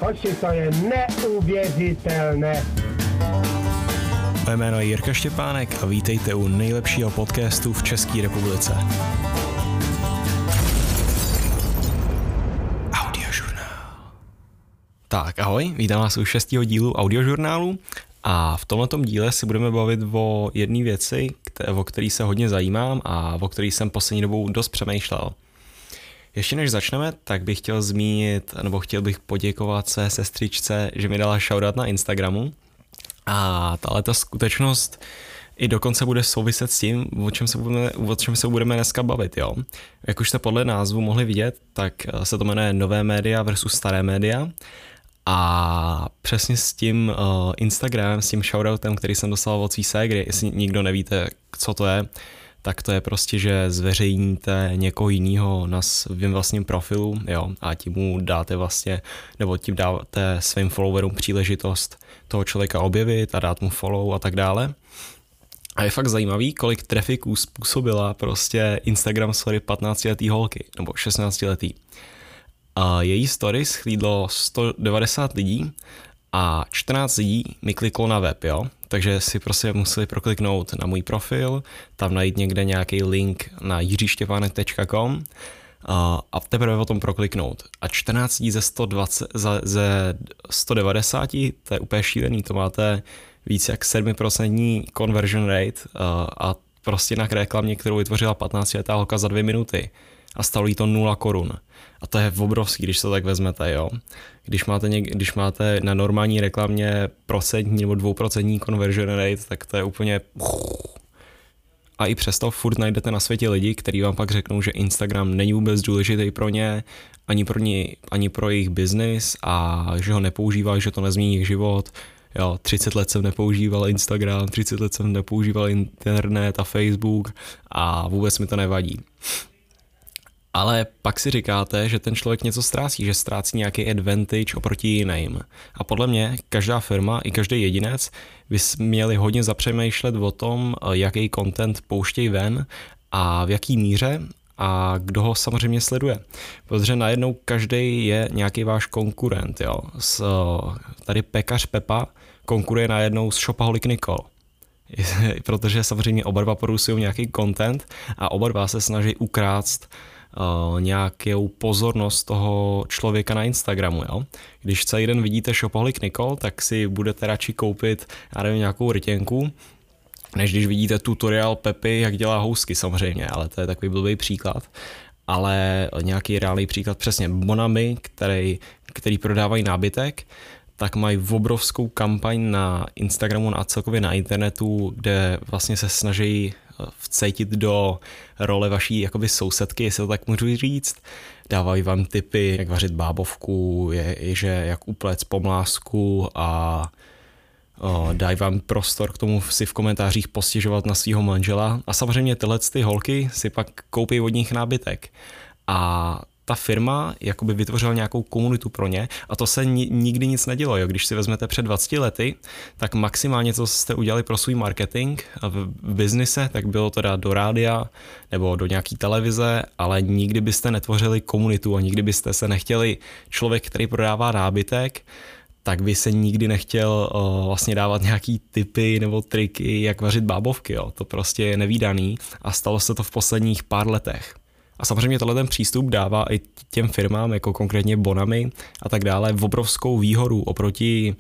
Hoši, to je neuvěřitelné. Moje jméno je Jirka Štěpánek a vítejte u nejlepšího podcastu v České republice. Audiožurnál. Tak, ahoj, vítám vás u 6. dílu Audiožurnálu a v tomhletom díle si budeme bavit o jedné věci, o který se hodně zajímám a o který jsem poslední dobou dost přemýšlel. Ještě než začneme, tak bych chtěl zmínit, nebo chtěl bych poděkovat své sestřičce, že mi dala shoutout na Instagramu. A tahleta skutečnost i dokonce bude souviset s tím, o čem se budeme dneska bavit, jo. Jak už jste podle názvu mohli vidět, tak se to jmenuje Nové média versus Staré média. A přesně s tím Instagramem, s tím shoutoutem, který jsem dostal od svý ségry, jestli nikdo nevíte, co to je, tak to je prostě, že zveřejníte někoho jinýho na svým vlastním profilu, jo, a tím mu dáte vlastně, nebo tím dáte svým followerům příležitost toho člověka objevit a dát mu follow a tak dále. A je fakt zajímavý, kolik trafiků způsobila prostě Instagram story 15letý holky, nebo 16letý. A její story schlídlo 190 lidí a 14 lidí mi kliklo na web, jo. Takže si prostě museli prokliknout na můj profil, tam najít někde nějaký link na jiřištěpánek.com a teprve o tom prokliknout. A 14 lidí ze 190, to je úplně šílený, to máte víc jak 7% conversion rate a prostě na reklamě, kterou vytvořila 15letá holka za 2 minuty. A stalo jí to 0 korun. A to je obrovský, když to tak vezmete, jo. Když máte na normální reklamě procentní nebo 2% conversion rate, tak to je úplně... A i přesto furt najdete na světě lidi, kteří vám pak řeknou, že Instagram není vůbec důležitý pro ně, ani pro jejich biznis a že ho nepoužívají, že to nezmění jejich život. Jo, 30 let jsem nepoužíval Instagram, 30 let jsem nepoužíval internet a Facebook a vůbec mi to nevadí. Ale pak si říkáte, že ten člověk něco ztrácí, že ztrácí nějaký advantage oproti jiným. A podle mě každá firma i každý jedinec by měli hodně zapřemýšlet o tom, jaký content pouštějí ven a v jaký míře a kdo ho samozřejmě sleduje. Protože najednou každý je nějaký váš konkurent. Jo. Tady pekař Pepa konkuruje najednou s Shopaholic Nicole. Protože samozřejmě oba dva produkují nějaký content a oba dva se snaží ukrást nějakou pozornost toho člověka na Instagramu, jo. Když celý den vidíte Shopaholic Nicole, tak si budete radši koupit, já nevím, nějakou rtěnku, než když vidíte tutoriál Pepy, jak dělá housky samozřejmě, ale to je takový blbý příklad. Ale nějaký reálný příklad, přesně Bonami, který prodávají nábytek, tak mají obrovskou kampaň na Instagramu a celkově na internetu, kde vlastně se snaží vcítit do role vaší jakoby sousedky, jestli to tak můžu říct. Dávají vám tipy, jak vařit bábovku, jak uplect pomlásku a dají vám prostor k tomu si v komentářích postěžovat na svého manžela. A samozřejmě tyhle ty holky si pak koupí od nich nábytek. A ta firma jakoby vytvořila nějakou komunitu pro ně a to se nikdy nic nedělo. Jo? Když si vezmete před 20 lety, tak maximálně, co jste udělali pro svůj marketing v biznise, tak bylo to dát do rádia nebo do nějaký televize, ale nikdy byste netvořili komunitu a nikdy byste se nechtěli člověk, který prodává nábytek, tak by se nikdy nechtěl vlastně dávat nějaký tipy nebo triky, jak vařit bábovky. Jo? To prostě je nevídaný a stalo se to v posledních pár letech. A samozřejmě tenhle ten přístup dává i těm firmám, jako konkrétně Bonami a tak dále, obrovskou výhodu oproti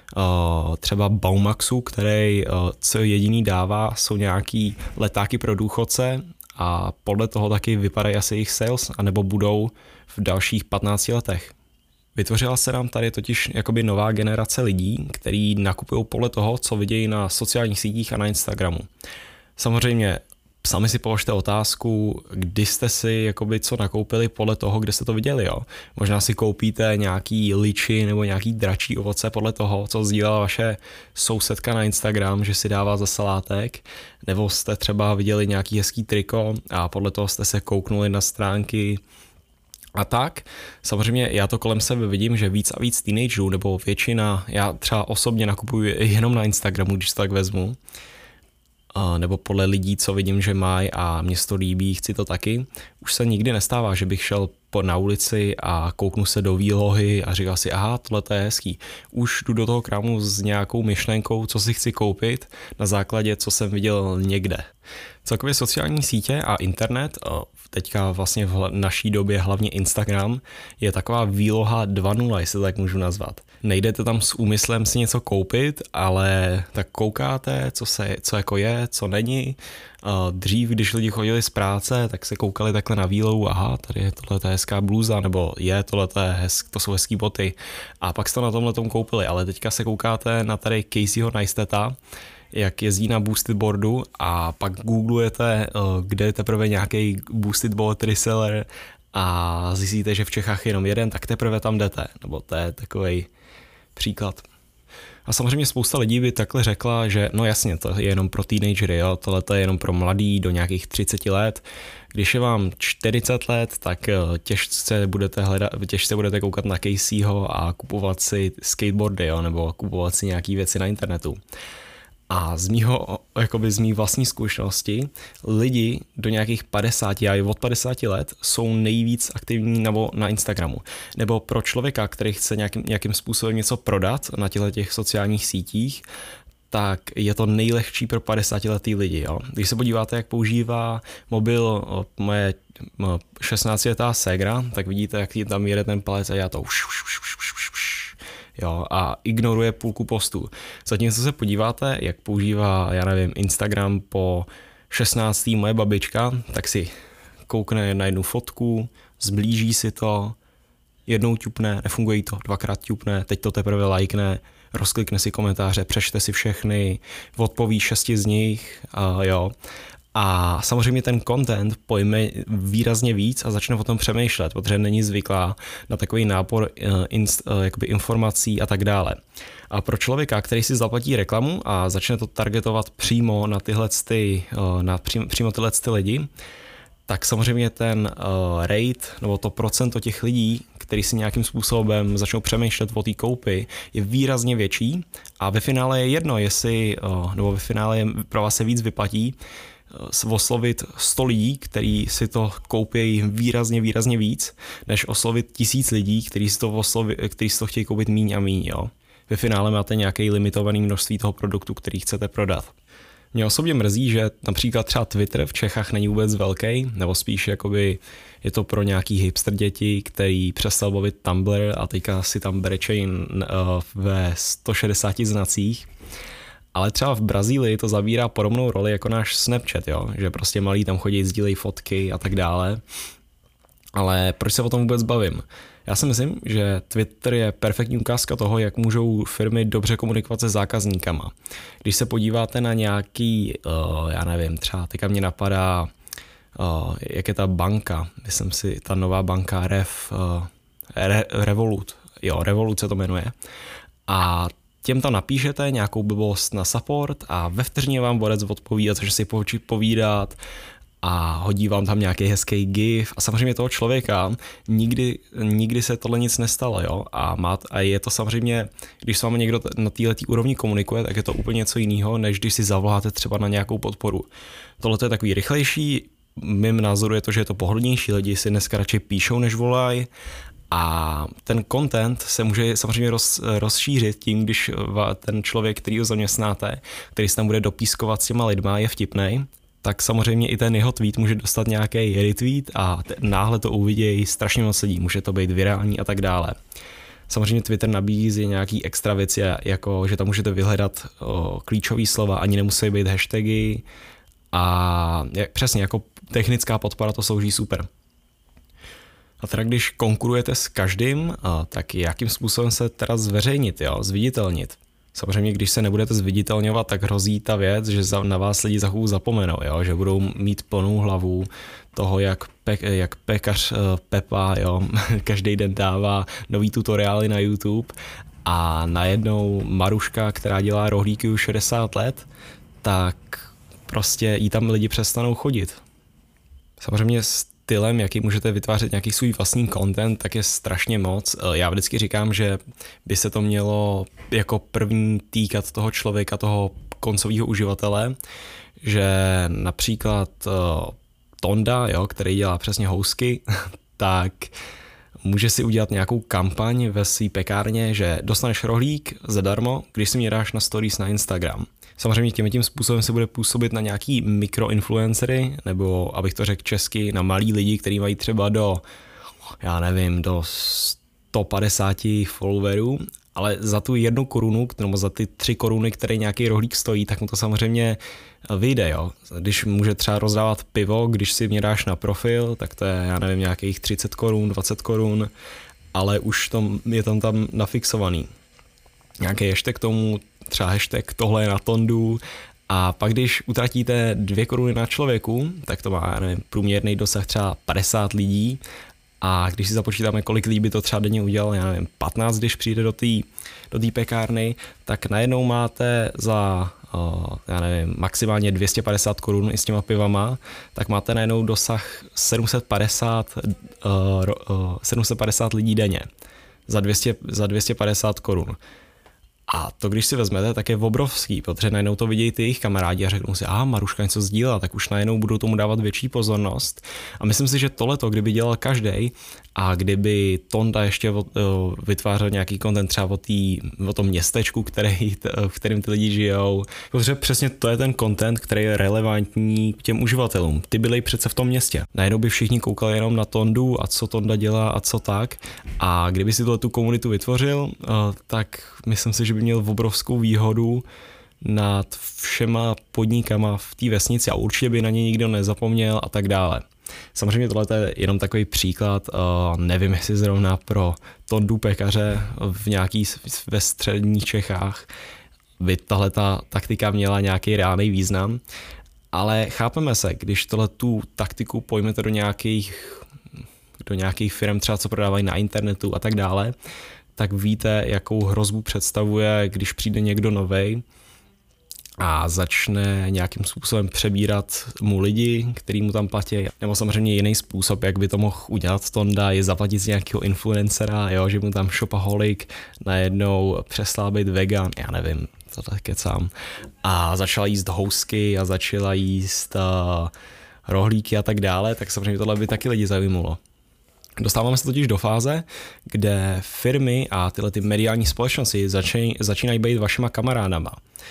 třeba Baumaxu, který co jediný dává, jsou nějaký letáky pro důchodce a podle toho taky vypadají asi jejich sales, anebo budou v dalších 15 letech. Vytvořila se nám tady totiž jakoby nová generace lidí, kteří nakupují podle toho, co vidějí na sociálních sítích a na Instagramu. Samozřejmě sami si položte otázku, kdy jste si jakoby co nakoupili podle toho, kde jste to viděli, jo. Možná si koupíte nějaký liči nebo nějaký dračí ovoce podle toho, co sdílela vaše sousedka na Instagram, že si dává za salátek, nebo jste třeba viděli nějaký hezký triko a podle toho jste se kouknuli na stránky a tak. Samozřejmě já to kolem sebe vidím, že víc a víc teenagerů, nebo většina, já třeba osobně nakupuji jenom na Instagramu, když to tak vezmu, nebo podle lidí, co vidím, že mají a mě se to líbí, chci to taky. Už se nikdy nestává, že bych šel na ulici a kouknu se do výlohy a říkal si, aha, tohle je hezký. Už jdu do toho krámu s nějakou myšlenkou, co si chci koupit na základě, co jsem viděl někde. Celkově sociální sítě a internet, teďka vlastně v naší době hlavně Instagram, je taková výloha 2.0, jestli tak můžu nazvat. Nejdete tam s úmyslem si něco koupit, ale tak koukáte, co jako je, co není. Dřív, když lidi chodili z práce, tak se koukali takhle na výlohu, aha, tady je tohle hezká blůza, nebo to jsou hezký boty. A pak jste to na tomhletom koupili, ale teďka se koukáte na tady Caseyho Neistata, jak jezdí na boosted boardu a pak googlujete, kde je teprve nějaký boosted board reseller a zjistíte, že v Čechách je jenom jeden, tak teprve tam jdete. Nebo to je takovej příklad. A samozřejmě spousta lidí by takhle řekla, že no jasně, to je jenom pro teenagery, jo, tohle je jenom pro mladý do nějakých 30 let. Když je vám 40 let, tak těžce budete koukat na Caseyho a kupovat si skateboardy, jo, nebo kupovat si nějaký věci na internetu. A z mý vlastní zkušenosti lidi do nějakých 50 a i od 50 let jsou nejvíc aktivní na Instagramu. Nebo pro člověka, který chce nějakým způsobem něco prodat na těch sociálních sítích, tak je to nejlehčí pro 50letý lidi. Jo. Když se podíváte, jak používá mobil moje 16letá ségra, tak vidíte, jak tam jede ten palec a já to jo, a ignoruje půlku postů. Zatímco se podíváte, jak používá, Instagram po 16. moje babička, tak si koukne na jednu fotku, zblíží si to, jednou ťupne, nefunguje to, dvakrát ťupne, teď to teprve lajkne, rozklikne si komentáře, přečte si všechny, odpoví 6 z nich, jo. A samozřejmě ten content pojme výrazně víc a začne o tom přemýšlet, protože není zvyklá na takový nápor informací a tak dále. A pro člověka, který si zaplatí reklamu a začne to targetovat přímo na přímo tyhle lidi, tak samozřejmě ten rate nebo to procento těch lidí, který si nějakým způsobem začnou přemýšlet o té koupi, je výrazně větší a ve finále je jedno, nebo ve finále pro vás se víc vyplatí oslovit 100 lidí, kteří si to koupí výrazně víc, než oslovit 1000 lidí, kteří si to chtějí koupit míň a míň. Jo. Ve finále máte nějaké limitované množství toho produktu, který chcete prodat. Mě osobně mrzí, že například třeba Twitter v Čechách není vůbec velký, nebo spíš jakoby je to pro nějaký hipster děti, který přestal bavit Tumblr a teďka si tam bere chain ve 160 znacích. Ale třeba v Brazílii to zabírá podobnou roli jako náš Snapchat, jo? Že prostě malí tam chodí, sdílejí fotky a tak dále. Ale proč se o tom vůbec bavím? Já si myslím, že Twitter je perfektní ukázka toho, jak můžou firmy dobře komunikovat se zákazníkama. Když se podíváte na nějaký, třeba teďka mě napadá, jak je ta banka, myslím si, ta nová banka Revolut, Revolut se to jmenuje, a těm tam napíšete nějakou blbost na support a ve vteřině vám borec odpoví a začne si povídat a hodí vám tam nějaký hezký gif a samozřejmě toho člověka nikdy se tohle nic nestalo, jo, a je to samozřejmě, když s vámi někdo na této úrovni komunikuje, tak je to úplně něco jiného, než když si zavoláte třeba na nějakou podporu. Tohle je takový rychlejší, mým názoru je to, že je to pohodlnější, lidi si dneska radši píšou, než volají. A ten content se může samozřejmě rozšířit tím, když ten člověk, který ho zaměstnáte, který se tam bude dopískovat s těma lidma, je vtipnej, tak samozřejmě i ten jeho tweet může dostat nějaký retweet a náhle to uvidějí strašně moc lidí, může to být virální a tak dále. Samozřejmě Twitter nabízí nějaký extra věci, jako že tam můžete vyhledat klíčové slova, ani nemusí být hashtagy a přesně jako technická podpora to slouží super. A teda když konkurujete s každým, tak jakým způsobem se teda zveřejnit, zviditelnit? Samozřejmě, když se nebudete zviditelňovat, tak hrozí ta věc, že na vás lidi za chvíli zapomenou, že budou mít plnou hlavu toho, jak pekař Pepa každý den dává nový tutoriály na YouTube a najednou Maruška, která dělá rohlíky už 60 let, tak prostě jí tam lidi přestanou chodit. Samozřejmě stylem, jaký můžete vytvářet nějaký svůj vlastní content, tak je strašně moc. Já vždycky říkám, že by se to mělo jako první týkat toho člověka, toho koncového uživatele, že například Tonda, jo, který dělá přesně housky, tak může si udělat nějakou kampaň ve své pekárně, že dostaneš rohlík zadarmo, když si mě dáš na stories na Instagram. Samozřejmě tím způsobem se bude působit na nějaký mikroinfluencery, nebo abych to řekl česky, na malý lidi, kteří mají třeba do 150 followerů, ale za tu 1 korunu, nebo za ty 3 koruny, které nějaký rohlík stojí, tak mu to samozřejmě vyjde, jo. Když může třeba rozdávat pivo, když si mě dáš na profil, tak to je, nějakých 30 korun, 20 korun, ale už je tam nafixovaný. Nějaký hashtag tomu, třeba hashtag tohle je na Tondu, a pak když utratíte 2 koruny na člověku, tak to má, průměrný dosah třeba 50 lidí, a když si započítáme, kolik lidí by to třeba denně udělal, 15, když přijde do té pekárny, tak najednou máte za, maximálně 250 korun i s těma pivama, tak máte najednou dosah 750 lidí denně za 250 korun. A to, když si vezmete, tak je obrovský, protože najednou to vidějí ty jejich kamarádi a řeknou si, Maruška něco sdílela, tak už najednou budou tomu dávat větší pozornost. A myslím si, že tohleto, kdyby dělal každý a kdyby Tonda ještě vytvářel nějaký content třeba o tom městečku, v kterém ty lidi žijou, protože přesně to je ten content, který je relevantní k těm uživatelům. Ty byli přece v tom městě. Najednou by všichni koukali jenom na Tondu a co Tonda dělá a co tak. A kdyby si tu komunitu vytvořil, tak myslím si, že by měl obrovskou výhodu nad všema podnikama v té vesnici a určitě by na ně nikdo nezapomněl a tak dále. Samozřejmě tohle je jenom takový příklad, nevím, jestli zrovna pro Tondu pekaře ve středních Čechách by tahle ta taktika měla nějaký reálný význam, ale chápeme se, když tu taktiku pojmete do nějakých firm, třeba co prodávají na internetu a tak dále, tak víte, jakou hrozbu představuje, když přijde někdo novej a začne nějakým způsobem přebírat mu lidi, který mu tam platí. Nebo samozřejmě jiný způsob, jak by to mohl udělat Tonda, je zaplatit z nějakého influencera, jo, že mu tam shopaholic najednou přestal být vegan, já nevím, to tak kecám. A začala jíst housky a začala jíst rohlíky a tak dále, tak samozřejmě tohle by taky lidi zajímalo. Dostáváme se totiž do fáze, kde firmy a tyhle ty mediální společnosti začínají být vašima kamarádama.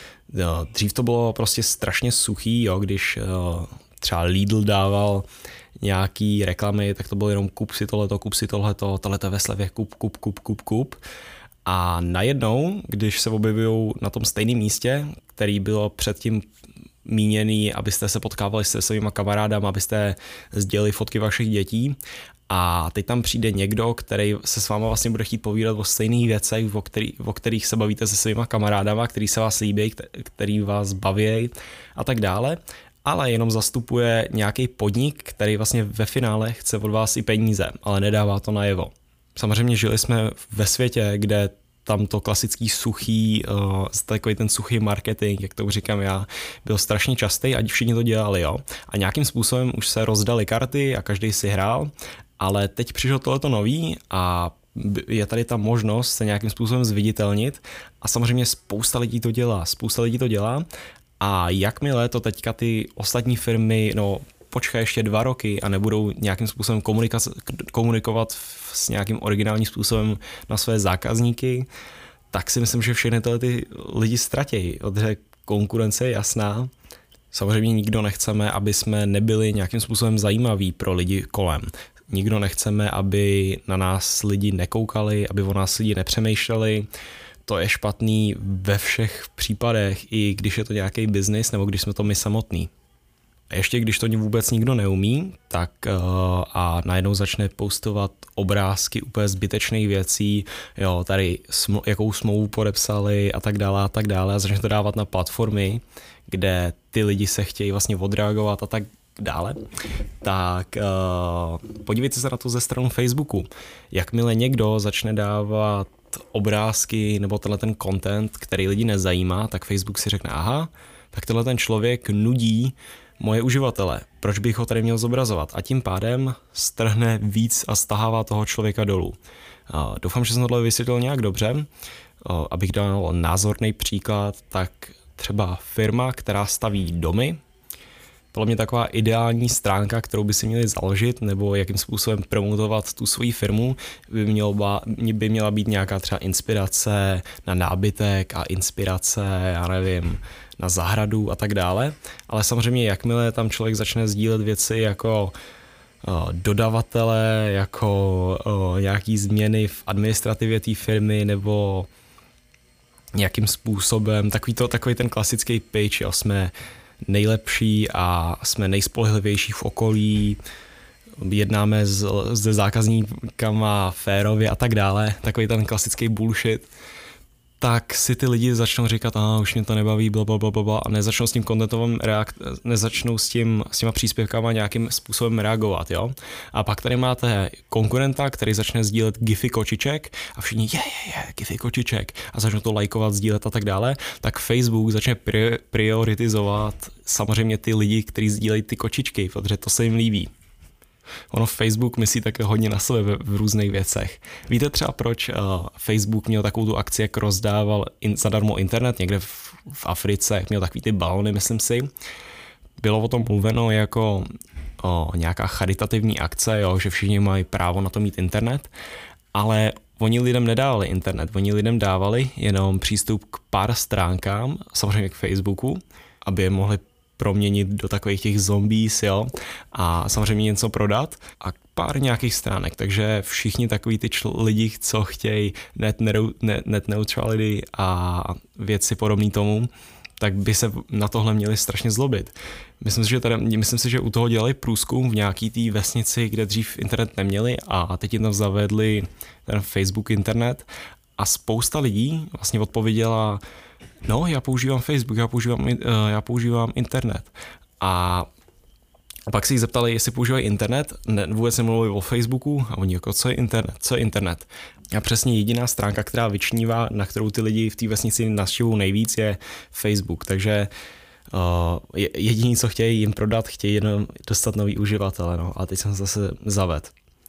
Dřív to bylo prostě strašně suchý, jo, když třeba Lidl dával nějaký reklamy, tak to bylo jenom kup si tohleto, tohleto ve slevě, kup. A najednou, když se objevují na tom stejném místě, který bylo předtím míněný, abyste se potkávali se svýma kamarádama, abyste sdělili fotky vašich dětí, a teď tam přijde někdo, který se s váma vlastně bude chtít povídat o stejných věcech, o kterých se bavíte se svýma kamarádama, který se vás líbí, který vás baví a tak dále, ale jenom zastupuje nějaký podnik, který vlastně ve finále chce od vás i peníze, ale nedává to najevo. Samozřejmě žili jsme ve světě, kde tam to klasický suchý, takový ten suchý marketing, jak to říkám já, byl strašně častý a všichni to dělali, jo. A nějakým způsobem už se rozdali karty a každý si hrál, ale teď přišlo tohleto nový a je tady ta možnost se nějakým způsobem zviditelnit a samozřejmě spousta lidí to dělá a jakmile to teďka ty ostatní firmy, počkají ještě 2 roky a nebudou nějakým způsobem komunikovat s nějakým originálním způsobem na své zákazníky, tak si myslím, že všechny tyhle ty lidi ztratějí, protože konkurence je jasná. Samozřejmě nikdo nechceme, aby jsme nebyli nějakým způsobem zajímaví pro lidi kolem. Nikdo nechceme, aby na nás lidi nekoukali, aby o nás lidi nepřemýšleli. To je špatný ve všech případech, i když je to nějaký biznis nebo když jsme to my samotný. A ještě když to vůbec nikdo neumí, tak a najednou začne postovat obrázky úplně zbytečných věcí, jo, tady jakou smlouvu podepsali a tak dále a začne to dávat na platformy, kde ty lidi se chtějí vlastně odreagovat a tak dále, tak podívejte se na to ze strany Facebooku. Jakmile někdo začne dávat obrázky nebo tenhle ten content, který lidi nezajímá, tak Facebook si řekne, aha, tak tenhle ten člověk nudí moje uživatele, proč bych ho tady měl zobrazovat? A tím pádem strhne víc a stahává toho člověka dolů. Doufám, že jsem tohle vysvětlil nějak dobře. Abych dal názorný příklad, tak třeba firma, která staví domy. Podle mě taková ideální stránka, kterou by si měli založit, nebo jakým způsobem promotovat tu svoji firmu, by měla být nějaká třeba inspirace na nábytek a inspirace, já nevím, na zahradu a tak dále. Ale samozřejmě, jakmile tam člověk začne sdílet věci jako dodavatele, jako nějaký změny v administrativě té firmy, nebo nějakým způsobem, takový ten klasický pitch, jo, jsme nejlepší a jsme nejspolehlivější v okolí, jednáme se zákazníkama férově a tak dále, takový ten klasický bullshit, tak si ty lidi začnou říkat, už mě to nebaví, blablabla, a nezačnou s tím contentovým nezačnou s těma příspěvkama nějakým způsobem reagovat, jo. A pak tady máte konkurenta, který začne sdílet gify kočiček a všichni gify kočiček a začnou to lajkovat, sdílet a tak dále, tak Facebook začne prioritizovat samozřejmě ty lidi, kteří sdílejí ty kočičky, protože to se jim líbí. Ono Facebook myslí také hodně na sebe v různých věcech. Víte třeba, proč Facebook měl takovou tu akci, jak rozdával zadarmo internet někde v Africe, jak měl takový ty balony, myslím si. Bylo o tom mluveno jako nějaká charitativní akce, jo, že všichni mají právo na to mít internet, ale oni lidem nedávali internet, oni lidem dávali jenom přístup k pár stránkám, samozřejmě k Facebooku, aby je mohli proměnit do takových těch zombies, jo, a samozřejmě něco prodat a pár nějakých stránek, takže všichni takový ty lidi, co chtějí net neutrality a věci podobné tomu, tak by se na tohle měli strašně zlobit. Myslím si, že u toho dělali průzkum v nějaký té vesnici, kde dřív internet neměli a teď jim tam zavedli ten Facebook internet a spousta lidí vlastně odpověděla: no, já používám Facebook, já používám internet. A pak si jich zeptali, jestli používají internet, vůbec nemluvili o Facebooku a oni jako, co je internet? A přesně jediná stránka, která vyčnívá, na kterou ty lidi v té vesnici navštěvují nejvíc, je Facebook. Takže jediný, co chtějí jim prodat, chtějí jenom dostat nový uživatele. No. A teď jsem zase zavedl.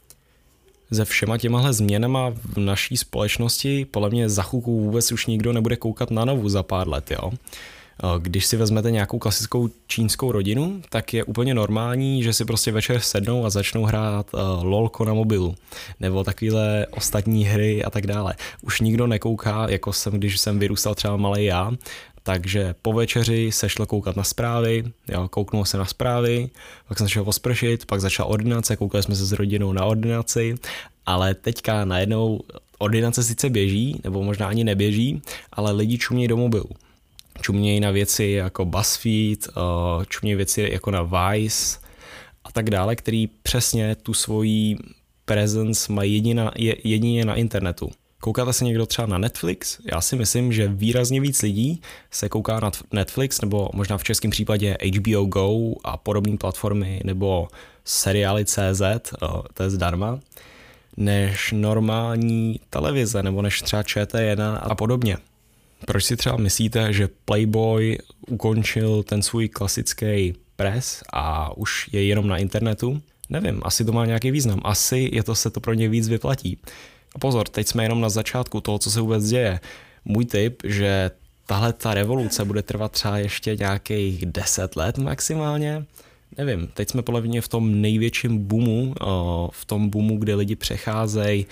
Se všema těmahle změnama v naší společnosti podle mě za chvilku vůbec už nikdo nebude koukat na novu za pár let, jo. Když si vezmete nějakou klasickou čínskou rodinu, tak je úplně normální, že si prostě večer sednou a začnou hrát lolko na mobilu, nebo takovéhle ostatní hry a tak dále. Už nikdo nekouká, jako když jsem vyrůstal třeba malej já, takže po večeři se šlo koukat na zprávy, jo, kouknul se na zprávy, pak jsem šel pospršit, pak začala ordinace, koukali jsme se s rodinou na ordinaci, ale teďka najednou ordinace sice běží, nebo možná ani neběží, ale lidi čumějí do mobilu. Čumějí na věci jako BuzzFeed, čumějí věci jako na Vice a tak dále, který přesně tu svoji presence mají jedině na internetu. Koukáte se někdo třeba na Netflix? Já si myslím, že výrazně víc lidí se kouká na Netflix, nebo možná v českém případě HBO Go a podobné platformy, nebo seriály.cz, to je zdarma, než normální televize, nebo než třeba ČT1 a podobně. Proč si třeba myslíte, že Playboy ukončil ten svůj klasický press a už je jenom na internetu? Nevím, asi to má nějaký význam. Asi se to pro ně víc vyplatí. A pozor, teď jsme jenom na začátku toho, co se vůbec děje. Můj tip, že tahle ta revoluce bude trvat třeba ještě nějakých 10 let maximálně. Nevím, teď jsme podle mě v tom největším boomu, v tom boomu, kde lidi přecházejí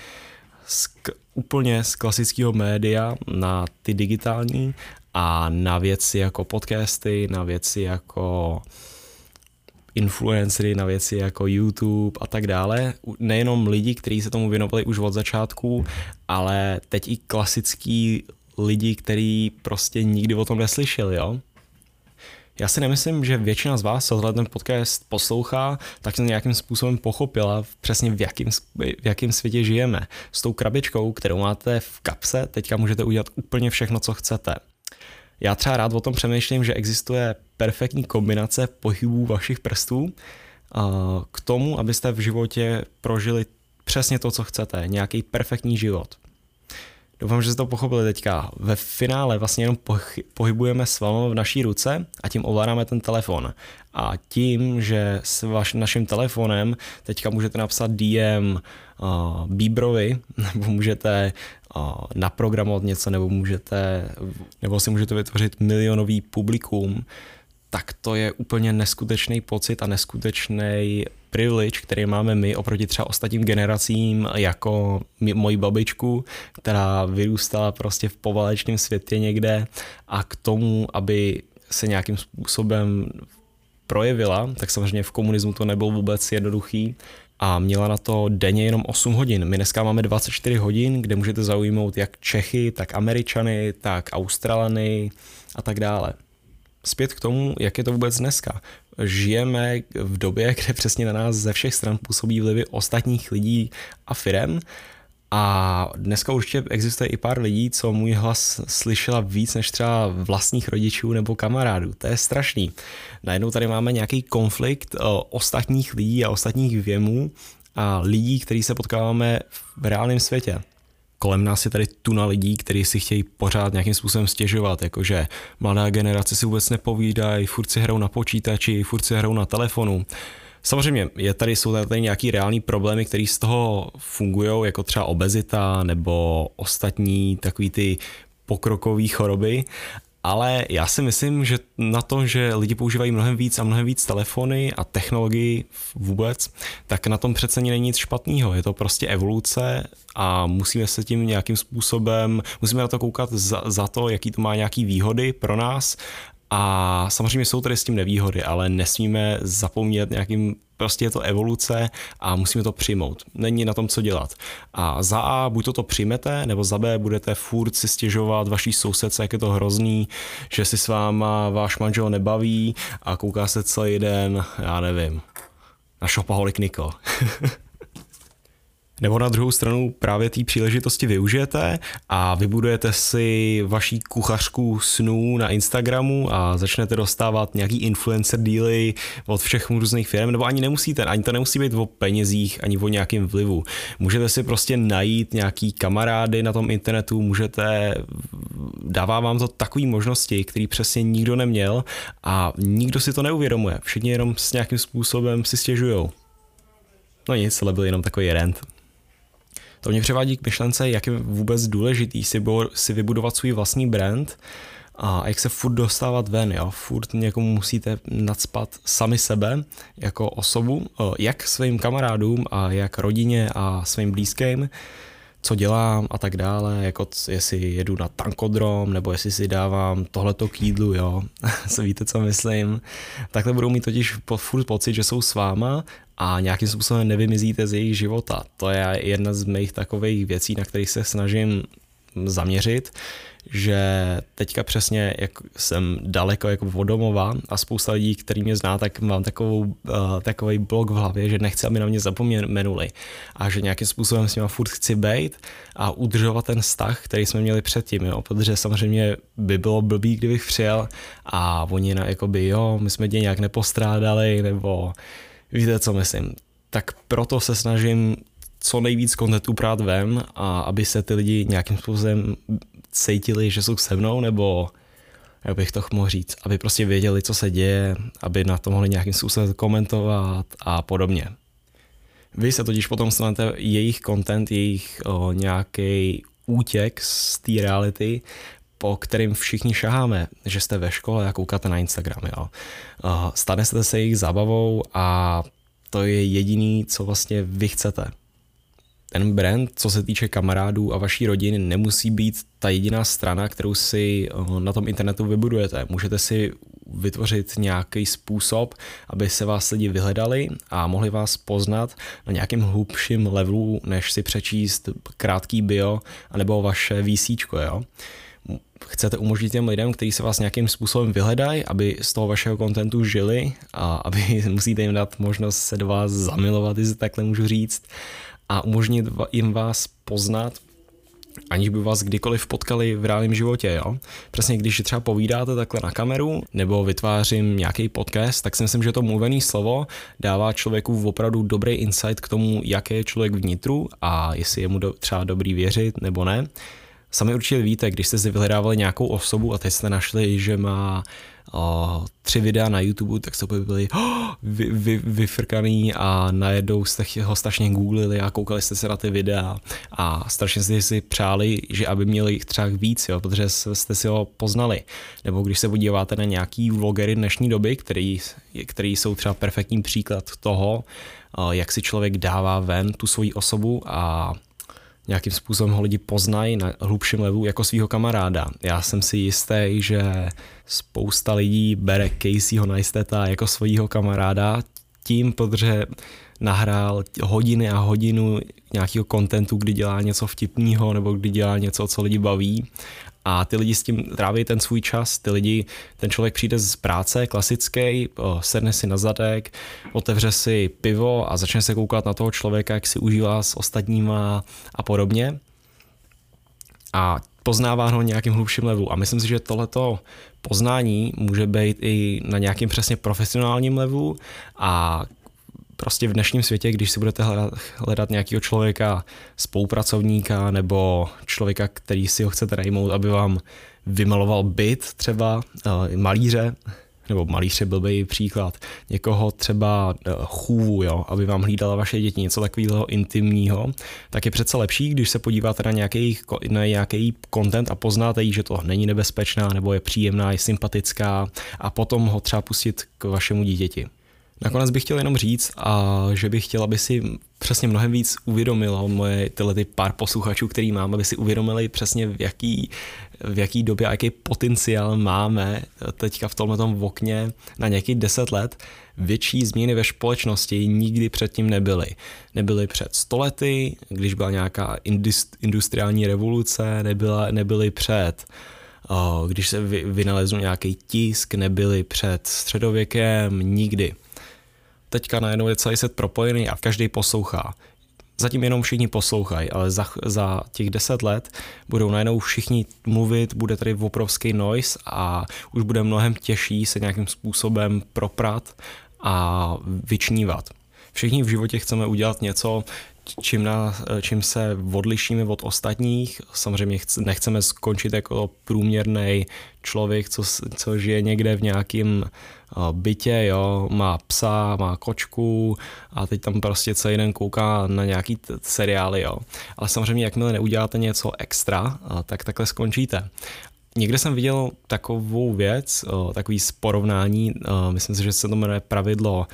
úplně z klasického média na ty digitální a na věci jako podcasty, na věci jako influencery, na věci jako YouTube a tak dále. Nejenom lidi, kteří se tomu věnovali už od začátku, ale teď i klasický lidi, kteří prostě nikdy o tom neslyšeli, jo. Já si nemyslím, že většina z vás, co tenhle ten podcast poslouchá, tak se nějakým způsobem pochopila přesně v jakém světě žijeme. S tou krabičkou, kterou máte v kapse, teďka můžete udělat úplně všechno, co chcete. Já třeba rád o tom přemýšlím, že existuje perfektní kombinace pohybů vašich prstů k tomu, abyste v životě prožili přesně to, co chcete. Nějaký perfektní život. Doufám, že jste to pochopili teďka. Ve finále vlastně jenom pohybujeme s vámi v naší ruce a tím ovládáme ten telefon. A tím, že s naším telefonem teďka můžete napsat DM Bieberovi, nebo můžete naprogramovat něco, nebo si můžete vytvořit milionový publikum, tak to je úplně neskutečný pocit a neskutečný privilege, který máme my oproti třeba ostatním generacím, jako moji babičku, která vyrůstala prostě v poválečném světě někde, a k tomu, aby se nějakým způsobem projevila, tak samozřejmě v komunismu to nebylo vůbec jednoduchý a měla na to denně jenom 8 hodin. My dneska máme 24 hodin, kde můžete zaujmout jak Čechy, tak Američany, tak Australany a tak dále. Zpět k tomu, jak je to vůbec dneska. Žijeme v době, kde přesně na nás ze všech stran působí vlivy ostatních lidí a firem. A dneska určitě existuje i pár lidí, co můj hlas slyšela víc než třeba vlastních rodičů nebo kamarádů. To je strašný. Najednou tady máme nějaký konflikt ostatních lidí a ostatních věmů a lidí, kteří se potkáváme v reálném světě. Kolem nás je tady tuna lidí, kteří si chtějí pořád nějakým způsobem stěžovat, jakože mladá generace si vůbec nepovídají, furt si hrajou na počítači, furt si hrajou na telefonu. Samozřejmě jsou tady nějaký reální problémy, které z toho fungují, jako třeba obezita nebo ostatní takový ty pokrokové choroby, ale já si myslím, že na to, že lidi používají mnohem víc telefony a technologii vůbec, tak na tom přece není nic špatného. Je to prostě evoluce a musíme se tím nějakým způsobem, musíme na to koukat za to, jaký to má nějaký výhody pro nás. A samozřejmě jsou tady s tím nevýhody, ale nesmíme zapomnět prostě je to evoluce a musíme to přijmout. Není na tom, co dělat. A za A buď to přijmete, nebo za B budete furt si stěžovat vaší sousedce, jak je to hrozný, že si s váma váš manžel nebaví a kouká se celý den, já nevím, na Shopaholic Nico. Nebo na druhou stranu právě té příležitosti využijete a vybudujete si vaší kuchařku snů na Instagramu a začnete dostávat nějaký influencer dealy od všech různých firm, nebo ani nemusíte, ani to nemusí být o penězích, ani o nějakém vlivu. Můžete si prostě najít nějaký kamarády na tom internetu, dává vám to takové možnosti, které přesně nikdo neměl a nikdo si to neuvědomuje. Všichni jenom s nějakým způsobem si stěžujou. No nic, ale byl jenom takový rant. To mě přivádí k myšlence, jak je vůbec důležitý si vybudovat svůj vlastní brand a jak se furt dostávat ven, jo? Furt někomu musíte nacpat sami sebe jako osobu, jak svým kamarádům a jak rodině a svým blízkým, co dělám a tak dále, jako jestli jedu na tankodrom, nebo jestli si dávám tohleto k jídlu, jo, víte, co myslím. Takhle budou mít totiž furt pocit, že jsou s váma a nějakým způsobem nevymizíte z jejich života. To je jedna z mých takových věcí, na kterých se snažím zaměřit, že teďka přesně, jak jsem daleko jako od domova a spousta lidí, který mě zná, tak mám takový blok v hlavě, že nechci, aby na mě zapomenuli a že nějakým způsobem s nima furt chci bejt a udržovat ten vztah, který jsme měli předtím, jo, protože samozřejmě by bylo blbý, kdybych přijel a oni my jsme tě nějak nepostrádali, nebo víte, co myslím. Tak proto se snažím co nejvíc kontentu brát ven a aby se ty lidi nějakým způsobem cítili, že jsou se mnou, nebo jak bych to mohl říct, aby prostě věděli, co se děje, aby na to mohli nějakým způsobem komentovat a podobně. Vy se totiž potom stanete jejich content, jejich nějaký útěk z té reality, po kterým všichni šaháme, že jste ve škole a koukáte na Instagram. Jo. Stanete se jejich zábavou a to je jediný, co vlastně vy chcete. Ten brand, co se týče kamarádů a vaší rodiny, nemusí být ta jediná strana, kterou si na tom internetu vybudujete. Můžete si vytvořit nějaký způsob, aby se vás lidi vyhledali a mohli vás poznat na nějakém hlubším levelu, než si přečíst krátký bio anebo vaše VCčko, jo. Chcete umožnit těm lidem, kteří se vás nějakým způsobem vyhledají, aby z toho vašeho kontentu žili a aby musíte jim dát možnost se do vás zamilovat, jestli takhle můžu říct, a umožnit jim vás poznat, aniž by vás kdykoliv potkali v reálném životě. Jo? Přesně když třeba povídáte takhle na kameru nebo vytvářím nějaký podcast, tak si myslím, že to mluvené slovo dává člověku opravdu dobrý insight k tomu, jak je člověk vnitru a jestli je mu třeba dobrý věřit nebo ne. Sami určitě víte, když jste si vyhledávali nějakou osobu a teď jste našli, že má 3 videa na YouTube, tak jste byli vyfrkaný a najednou jste ho strašně googlili a koukali jste se na ty videa a strašně jste si přáli, že aby měli jich třeba víc, jo, protože jste si ho poznali. Nebo když se podíváte na nějaký vlogery dnešní doby, který jsou třeba perfektní příklad toho, jak si člověk dává ven tu svoji osobu a nějakým způsobem ho lidi poznají na hlubším levelu jako svého kamaráda. Já jsem si jistý, že spousta lidí bere Caseyho Neistata jako svého kamaráda tím, protože nahrál hodiny a hodinu nějakého kontentu, kdy dělá něco vtipného nebo kdy dělá něco, co lidi baví. A ty lidi s tím tráví ten svůj čas, ten člověk přijde z práce klasický, sedne si na zadek, otevře si pivo a začne se koukat na toho člověka, jak si užívá s ostatníma a podobně. A poznává ho nějakým hlubším levelu. A myslím si, že tohleto poznání může být i na nějakým přesně profesionálním levelu a prostě v dnešním světě, když si budete hledat nějakého člověka, spolupracovníka nebo člověka, který si ho chcete najmout, aby vám vymaloval byt, třeba malíře, nebo malíř je blbý příklad, někoho třeba chůvu, jo, aby vám hlídala vaše děti, něco takového intimního, tak je přece lepší, když se podíváte na nějaký content a poznáte jí, že to není nebezpečná, nebo je příjemná, je sympatická a potom ho třeba pustit k vašemu dítěti. Nakonec bych chtěl jenom říct, že bych chtěl, aby si přesně mnohem víc uvědomilo ty pár posluchačů, který mám, aby si uvědomili přesně v jaký době a jaký potenciál máme teďka v tomhletom okně na nějakých 10 let. Větší změny ve společnosti nikdy předtím nebyly. Nebyly před 100 lety, když byla nějaká industriální revoluce, nebyly před když se vynalezl nějaký tisk, nebyly před středověkem, nikdy. Teďka najednou je celý svět propojený a každý poslouchá. Zatím jenom všichni poslouchají, ale za těch 10 let budou najednou všichni mluvit, bude tady obrovský noise a už bude mnohem těžší se nějakým způsobem proprat a vyčnívat. Všichni v životě chceme udělat něco, čím se odlišíme od ostatních. Samozřejmě nechceme skončit jako průměrný člověk, co žije někde v nějakém bytě, jo, má psa, má kočku a teď tam prostě celý den kouká na nějaký seriály, jo. Ale samozřejmě, jakmile neuděláte něco extra, tak takhle skončíte. Někde jsem viděl takovou věc, takový porovnání, myslím si, že se to jmenuje pravidlo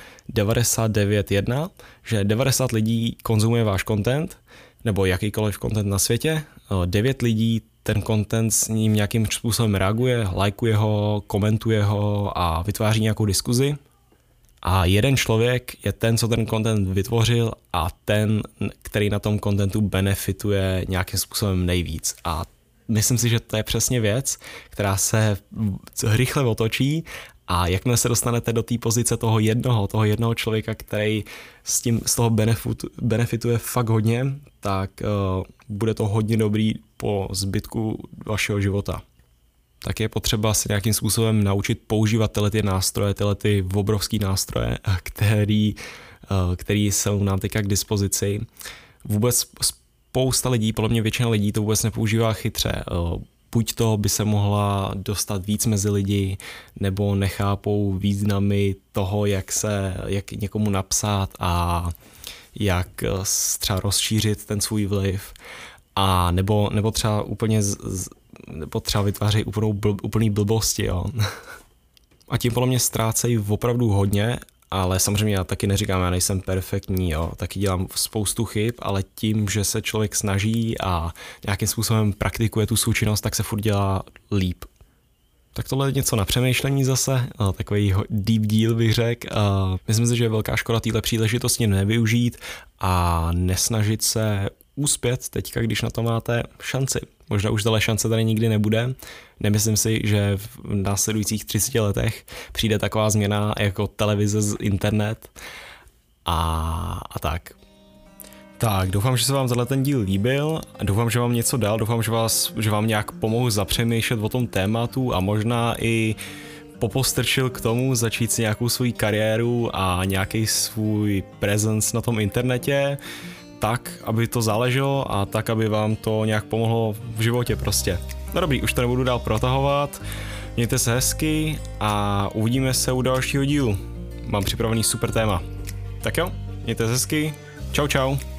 99:1, že 90 lidí konzumuje váš content, nebo jakýkoliv content na světě, 9 lidí ten content s ním nějakým způsobem reaguje, lajkuje ho, komentuje ho a vytváří nějakou diskuzi. A jeden člověk je ten, co ten content vytvořil a ten, který na tom contentu benefituje nějakým způsobem nejvíc. A myslím si, že to je přesně věc, která se rychle otočí a jakmile se dostanete do té pozice toho jednoho člověka, který z toho benefituje fakt hodně, tak bude to hodně dobrý po zbytku vašeho života. Tak je potřeba se nějakým způsobem naučit používat ty nástroje, ty obrovský nástroje, který jsou nám teďka k dispozici. Vůbec spousta lidí, podle mě většina lidí to vůbec nepoužívá chytře. Buď to by se mohla dostat víc mezi lidi, nebo nechápou významy toho, jak někomu napsat a jak třeba rozšířit ten svůj vliv. A nebo třeba úplně nebo třeba vytvářejí úplný blbosti, jo. A tím podle mě ztrácejí opravdu hodně, ale samozřejmě já taky neříkám, já nejsem perfektní, jo. Taky dělám spoustu chyb, ale tím, že se člověk snaží a nějakým způsobem praktikuje tu součinnost, tak se furt dělá líp. Tak tohle je něco na přemýšlení zase, takový deep deal bych řekl. Myslím si, že je velká škoda téhle příležitosti nevyužít a nesnažit se uspět teďka, když na to máte šanci. Možná už tahle šance tady nikdy nebude. Nemyslím si, že v následujících 30 letech přijde taková změna jako televize z internet a tak. Tak, doufám, že se vám ten díl líbil, doufám, že vám něco dal, doufám, že vám nějak pomohl zapřemýšlet o tom tématu a možná i popostrčil k tomu začít si nějakou svou kariéru a nějaký svůj presence na tom internetě. tak, aby to záleželo a tak, aby vám to nějak pomohlo v životě prostě. No dobrý, už to nebudu dál protahovat, mějte se hezky a uvidíme se u dalšího dílu. Mám připravený super téma. Tak jo, mějte se hezky, čau čau.